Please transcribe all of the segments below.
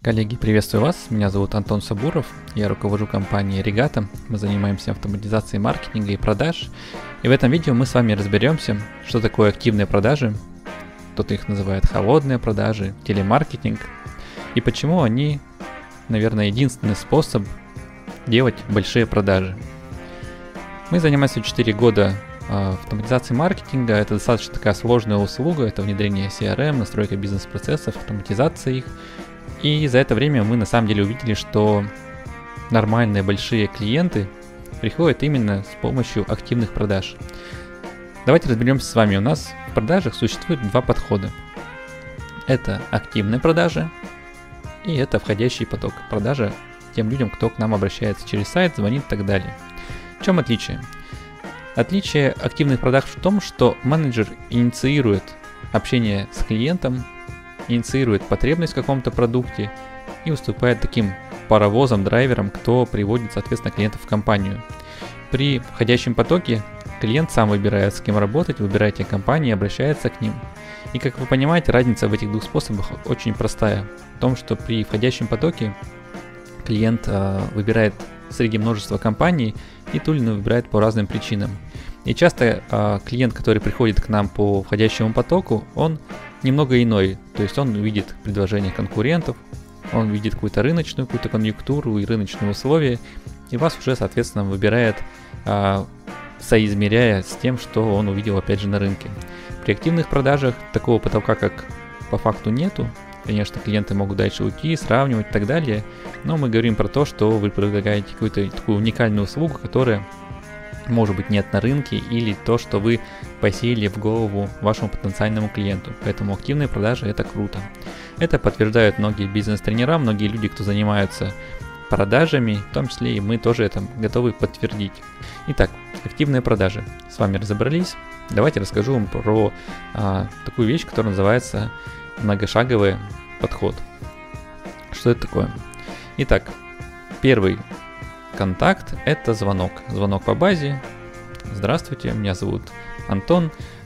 Коллеги, приветствую вас. Меня зовут Антон Сабуров. Я руковожу компанией Regatta. Мы занимаемся автоматизацией маркетинга и продаж. И в этом видео мы с вами разберемся, что такое активные продажи. Кто-то их называет холодные продажи, телемаркетинг. И почему они, наверное, единственный способ делать большие продажи. Мы занимаемся 4 года автоматизацией маркетинга. Это достаточно такая сложная услуга. Это внедрение CRM, настройка бизнес-процессов, автоматизация их. И за это время мы на самом деле увидели, что нормальные большие клиенты приходят именно с помощью активных продаж. Давайте разберемся с вами. У нас в продажах существует два подхода. Это активные продажи и это входящий поток. Продажа тем людям, кто к нам обращается через сайт, звонит и так далее. В чем отличие? Отличие активных продаж в том, что менеджер инициирует общение с клиентом, инициирует потребность в каком-то продукте и выступает таким паровозом, драйвером, кто приводит, соответственно, клиентов в компанию. При входящем потоке клиент сам выбирает, с кем работать, выбирает те компании, обращается к ним. И как вы понимаете, разница в этих двух способах очень простая. В том, что при входящем потоке клиент выбирает среди множества компаний и ту или иную выбирает по разным причинам. И часто клиент, который приходит к нам по входящему потоку, он немного иной. То есть он видит предложения конкурентов, он видит какую-то рыночную, какую-то конъюнктуру и рыночные условия, и вас уже, соответственно, выбирает, соизмеряя с тем, что он увидел, опять же, на рынке. При активных продажах такого потолка, как по факту, нету. Конечно, клиенты могут дальше уйти, сравнивать и так далее, но мы говорим про то, что вы предлагаете какую-то такую уникальную услугу, которая, может быть, нет на рынке, или то, что вы посеяли в голову вашему потенциальному клиенту. Поэтому активные продажи — это круто. Это подтверждают многие бизнес-тренера, многие люди, кто занимаются продажами, в том числе и мы тоже это готовы подтвердить. Итак, активные продажи. С вами разобрались. Давайте расскажу вам про такую вещь, которая называется многошаговый подход. Что это такое? Итак, первый контакт — это звонок. Звонок по базе. Здравствуйте, меня зовут Антон.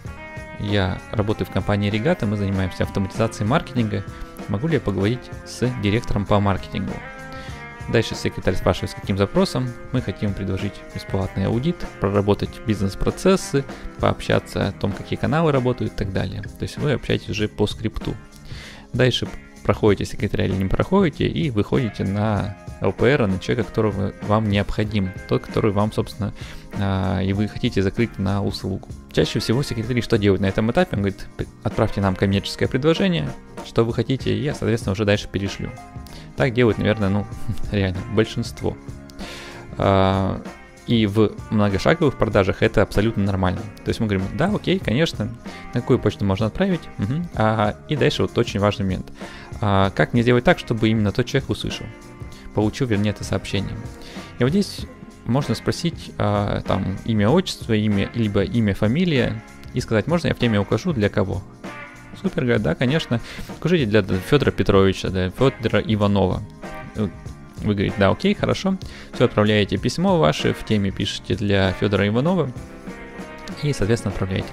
Я работаю в компании Regatta, мы занимаемся автоматизацией маркетинга. Могу ли я поговорить с директором по маркетингу? Дальше секретарь спрашивает, с каким запросом. Мы хотим предложить бесплатный аудит, проработать бизнес-процессы, пообщаться о том, какие каналы работают и так далее. То есть вы общаетесь уже по скрипту. Дальше проходите секретаря или не проходите и выходите на ЛПР, на человека, который вам необходим, тот, который вам, собственно, и вы хотите закрыть на услугу. Чаще всего секретарь что делает на этом этапе? Он говорит: отправьте нам коммерческое предложение, что вы хотите, и я, соответственно, уже дальше перешлю. Так делают, наверное, реально большинство. И в многошаговых продажах это абсолютно нормально. То есть мы говорим: да, окей, конечно, на какую почту можно отправить. И дальше вот очень важный момент. Как мне сделать так, чтобы именно тот человек услышал? Получил, вернее, это сообщение. И вот здесь можно спросить там имя, отчество, имя, либо имя, фамилия, и сказать: можно я в теме укажу, для кого? Супер, говорят: да, конечно, укажите для Федора Петровича, для Федора Иванова. Вы говорите: да, окей, хорошо. Все, отправляете письмо ваше, в теме пишите для Федора Иванова и, соответственно, отправляете.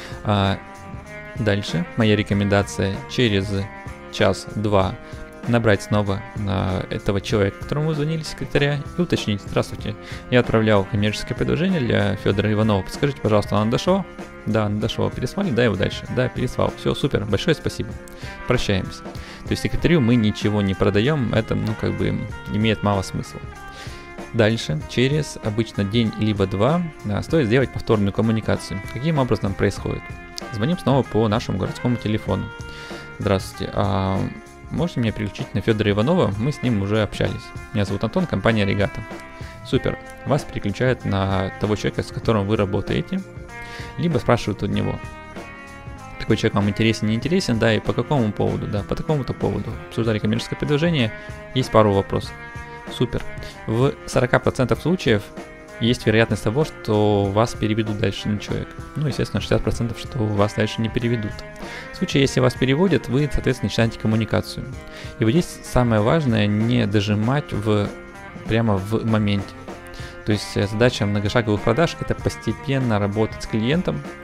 Дальше моя рекомендация: через час-два набрать снова этого человека, которому вы звонили, секретаря, и уточнить: здравствуйте, я отправлял коммерческое предложение для Федора Иванова, подскажите, пожалуйста, оно дошло? Да, оно дошло. Переслали? Да, его дальше. Да, переслал. Все, супер, большое спасибо. Прощаемся. То есть секретарю мы ничего не продаем, это, имеет мало смысла. Дальше, через обычно день либо два, стоит сделать повторную коммуникацию. Каким образом происходит? Звоним снова по нашему городскому телефону. Здравствуйте, можете меня переключить на Федора Иванова? Мы с ним уже общались. Меня зовут Антон, компания Regatta. Супер. Вас переключают на того человека, с которым вы работаете, либо спрашивают у него: такой человек вам интересен, не интересен, да, и по какому поводу? Да, по такому-то поводу. Обсуждали коммерческое предложение, есть пару вопросов. Супер. В 40% случаев есть вероятность того, что вас переведут дальше на человека. Естественно, 60%, что вас дальше не переведут. В случае, если вас переводят, вы, соответственно, начинаете коммуникацию. И вот здесь самое важное — не дожимать прямо в моменте. То есть задача многошаговых продаж — это постепенно работать с клиентом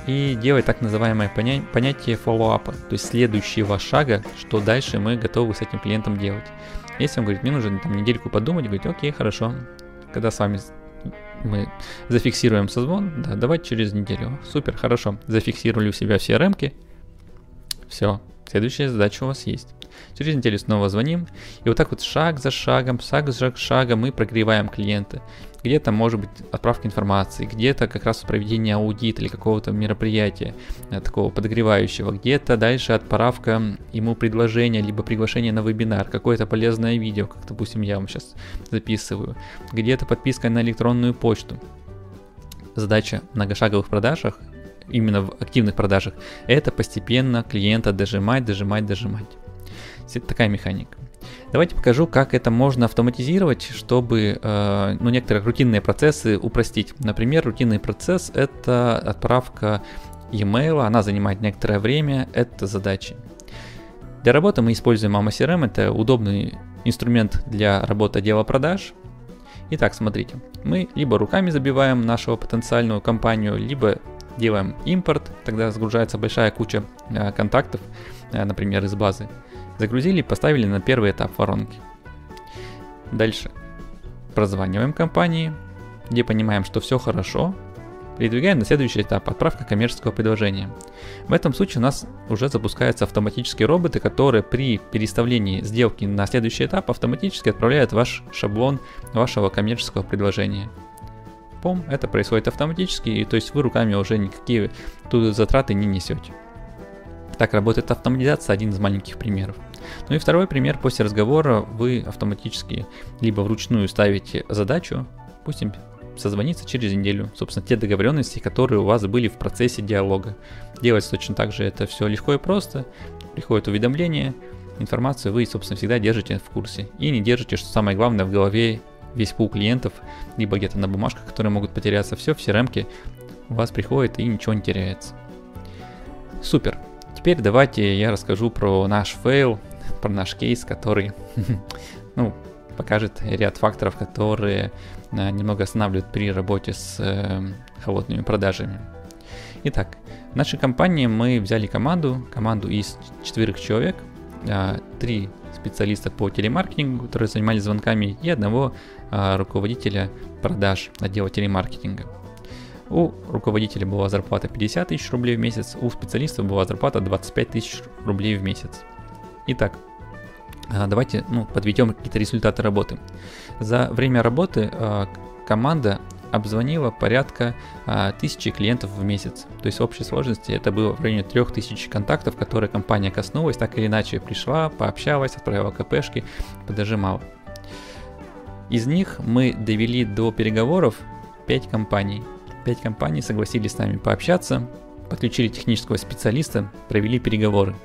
и делать так называемое понятие follow-up, то есть следующего шага, что дальше мы готовы с этим клиентом делать. Если он говорит, мне нужно там недельку подумать, говорит, окей, хорошо, когда с вами мы зафиксируем созвон, да, давайте через неделю. Супер, хорошо, зафиксировали у себя все рамки, все, следующая задача у вас есть. Через неделю снова звоним, и вот так вот шаг за шагом мы прогреваем клиента. Где-то может быть отправка информации, где-то как раз проведение аудита или какого-то мероприятия такого подогревающего, где-то дальше отправка ему предложения, либо приглашение на вебинар, какое-то полезное видео, как, допустим, я вам сейчас записываю, где-то подписка на электронную почту. Задача в многошаговых продажах, именно в активных продажах, это постепенно клиента дожимать. Это такая механика. Давайте покажу, как это можно автоматизировать, чтобы некоторые рутинные процессы упростить. Например, рутинный процесс – это отправка e-mail, она занимает некоторое время, это задачи. Для работы мы используем AMA CRM, это удобный инструмент для работы отдела продаж. Итак, смотрите, мы либо руками забиваем нашу потенциальную компанию, либо делаем импорт, тогда загружается большая куча контактов, например, из базы. Загрузили, поставили на первый этап воронки. Дальше прозваниваем компании, где понимаем, что все хорошо. Передвигаем на следующий этап, отправка коммерческого предложения. В этом случае у нас уже запускаются автоматические роботы, которые при переставлении сделки на следующий этап автоматически отправляют ваш шаблон вашего коммерческого предложения. Это происходит автоматически, и то есть вы руками уже никакие тут затраты не несете. Так работает автоматизация, один из маленьких примеров. Ну и второй пример, после разговора вы автоматически либо вручную ставите задачу, допустим, созвониться через неделю, собственно, те договоренности, которые у вас были в процессе диалога. Делается точно так же, это все легко и просто, приходит уведомление, информацию вы, собственно, всегда держите в курсе. И не держите, что самое главное, в голове весь пул клиентов, либо где-то на бумажках, которые могут потеряться, все в CRM-ке у вас приходит и ничего не теряется. Супер! Теперь давайте я расскажу про наш фейл, про наш кейс, который покажет ряд факторов, которые немного останавливают при работе с холодными продажами. Итак, в нашей компании мы взяли команду из 4 человек, 3 специалиста по телемаркетингу, которые занимались звонками, и одного руководителя продаж отдела телемаркетинга. У руководителя была зарплата 50 тысяч рублей в месяц, у специалиста была зарплата 25 тысяч рублей в месяц. Итак, давайте подведем какие-то результаты работы. За время работы команда обзвонила порядка 1000 клиентов в месяц. То есть в общей сложности это было в районе 3000 контактов, которые компания коснулась, так или иначе пришла, пообщалась, отправила КПшки, подожимала. Из них мы довели до переговоров 5 компаний. 5 компаний согласились с нами пообщаться, подключили технического специалиста, провели переговоры.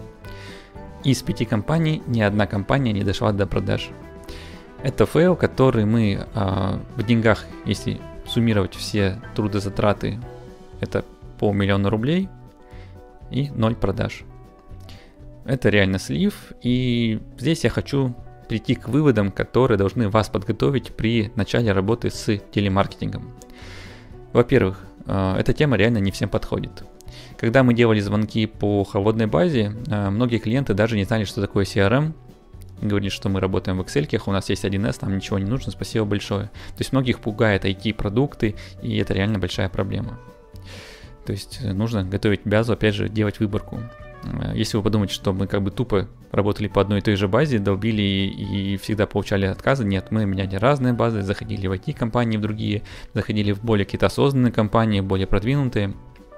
Из 5 компаний ни одна компания не дошла до продаж. Это фейл, который мы в деньгах, если суммировать все трудозатраты, это 500 000 рублей и 0 продаж. Это реально слив, и здесь я хочу прийти к выводам, которые должны вас подготовить при начале работы с телемаркетингом. Во-первых, эта тема реально не всем подходит. Когда мы делали звонки по холодной базе, многие клиенты даже не знали, что такое CRM. Говорили, что мы работаем в Excel, у нас есть 1С, нам ничего не нужно, спасибо большое. То есть многих пугает IT-продукты, и это реально большая проблема. То есть нужно готовить базу, опять же, делать выборку. Если вы подумаете, что мы как бы тупо работали по одной и той же базе, долбили и всегда получали отказы, нет, мы меняли разные базы, заходили в IT-компании, в другие, заходили в более какие-то осознанные компании, более продвинутые,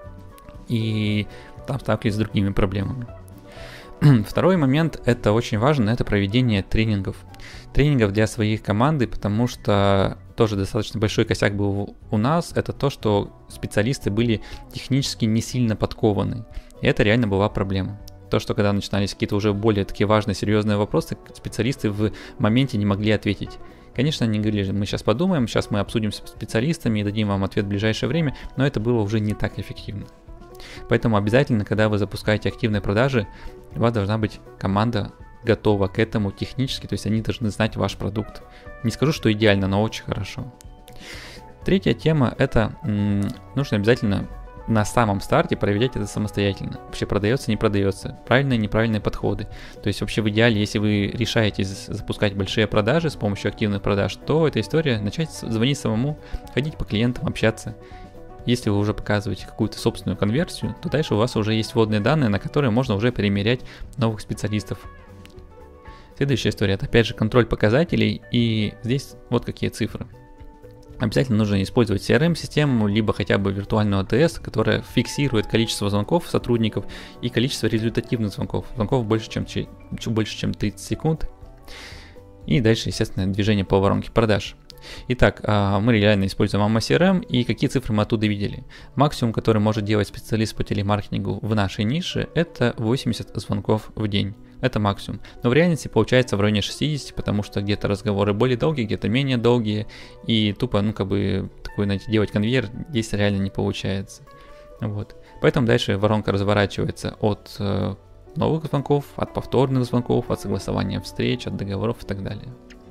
и там сталкивались с другими проблемами. Второй момент, это очень важно, это проведение тренингов. Тренингов для своей команды, потому что тоже достаточно большой косяк был у нас, это то, что специалисты были технически не сильно подкованы. И это реально была проблема. То, что когда начинались какие-то уже более такие важные, серьезные вопросы, специалисты в моменте не могли ответить. Конечно, они говорили, мы сейчас подумаем, сейчас мы обсудим с специалистами и дадим вам ответ в ближайшее время, но это было уже не так эффективно. Поэтому обязательно, когда вы запускаете активные продажи, у вас должна быть команда готова к этому технически, то есть они должны знать ваш продукт. Не скажу, что идеально, но очень хорошо. Третья тема, это нужно обязательно на самом старте проверять это самостоятельно. Вообще продается, не продается, правильные, неправильные подходы. То есть вообще в идеале, если вы решаетесь запускать большие продажи с помощью активных продаж, то эта история начать звонить самому, ходить по клиентам, общаться. Если вы уже показываете какую-то собственную конверсию, то дальше у вас уже есть вводные данные, на которые можно уже примерять новых специалистов. Следующая история — это опять же контроль показателей, и здесь вот какие цифры. Обязательно нужно использовать CRM-систему, либо хотя бы виртуальную АТС, которая фиксирует количество звонков сотрудников и количество результативных звонков. Звонков больше, чем 30 секунд. И дальше, естественно, движение по воронке продаж. Итак, мы реально используем AMA CRM, и какие цифры мы оттуда видели? Максимум, который может делать специалист по телемаркетингу в нашей нише, это 80 звонков в день. Это максимум. Но в реальности получается в районе 60, потому что где-то разговоры более долгие, где-то менее долгие, и тупо, такой, делать конвейер здесь реально не получается. Вот. Поэтому дальше воронка разворачивается от новых звонков, от повторных звонков, от согласования встреч, от договоров и так далее.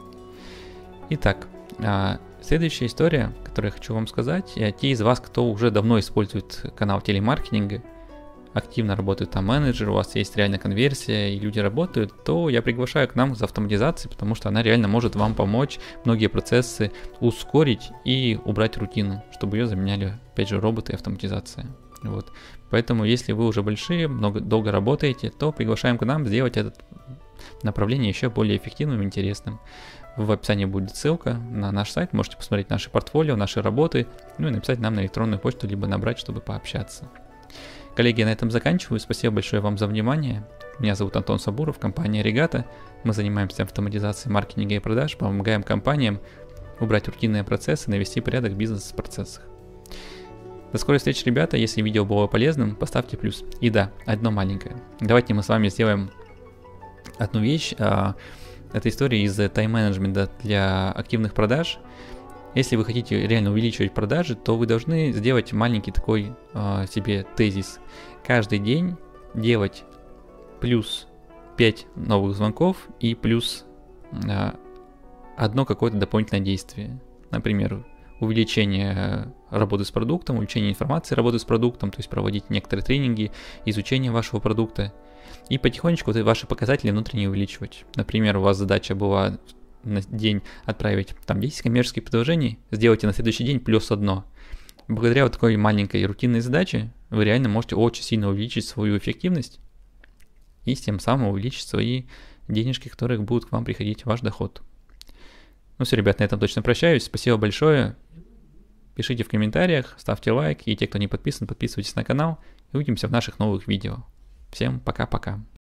Итак, следующая история, которую я хочу вам сказать, те из вас, кто уже давно использует канал телемаркетинга, активно работают там менеджеры, у вас есть реально конверсия и люди работают, то я приглашаю к нам за автоматизацией, потому что она реально может вам помочь многие процессы ускорить и убрать рутину, чтобы ее заменяли, опять же, роботы и автоматизация. Вот. Поэтому, если вы уже большие, долго работаете, то приглашаем к нам сделать это направление еще более эффективным и интересным. В описании будет ссылка на наш сайт, можете посмотреть наши портфолио, наши работы, и написать нам на электронную почту, либо набрать, чтобы пообщаться. Коллеги, я на этом заканчиваю. Спасибо большое вам за внимание. Меня зовут Антон Сабуров, компания Регата. Мы занимаемся автоматизацией маркетинга и продаж, помогаем компаниям убрать рутинные процессы, навести порядок в бизнес-процессах. До скорой встречи, ребята. Если видео было полезным, поставьте плюс. И да, одно маленькое. Давайте мы с вами сделаем одну вещь. Это история из тайм-менеджмента для активных продаж. Если вы хотите реально увеличивать продажи, то вы должны сделать маленький такой себе тезис. Каждый день делать плюс 5 новых звонков и плюс одно какое-то дополнительное действие. Например, увеличение работы с продуктом, увеличение информации работы с продуктом, то есть проводить некоторые тренинги, изучение вашего продукта. И потихонечку ваши показатели внутренне увеличивать. Например, у вас задача была на день отправить там 10 коммерческих предложений, сделайте на следующий день плюс одно. Благодаря вот такой маленькой рутинной задаче вы реально можете очень сильно увеличить свою эффективность и тем самым увеличить свои денежки, которые будут к вам приходить в ваш доход. Ну все, ребят, на этом точно прощаюсь. Спасибо большое. Пишите в комментариях, ставьте лайк, и те, кто не подписан, подписывайтесь на канал, и увидимся в наших новых видео. Всем пока-пока.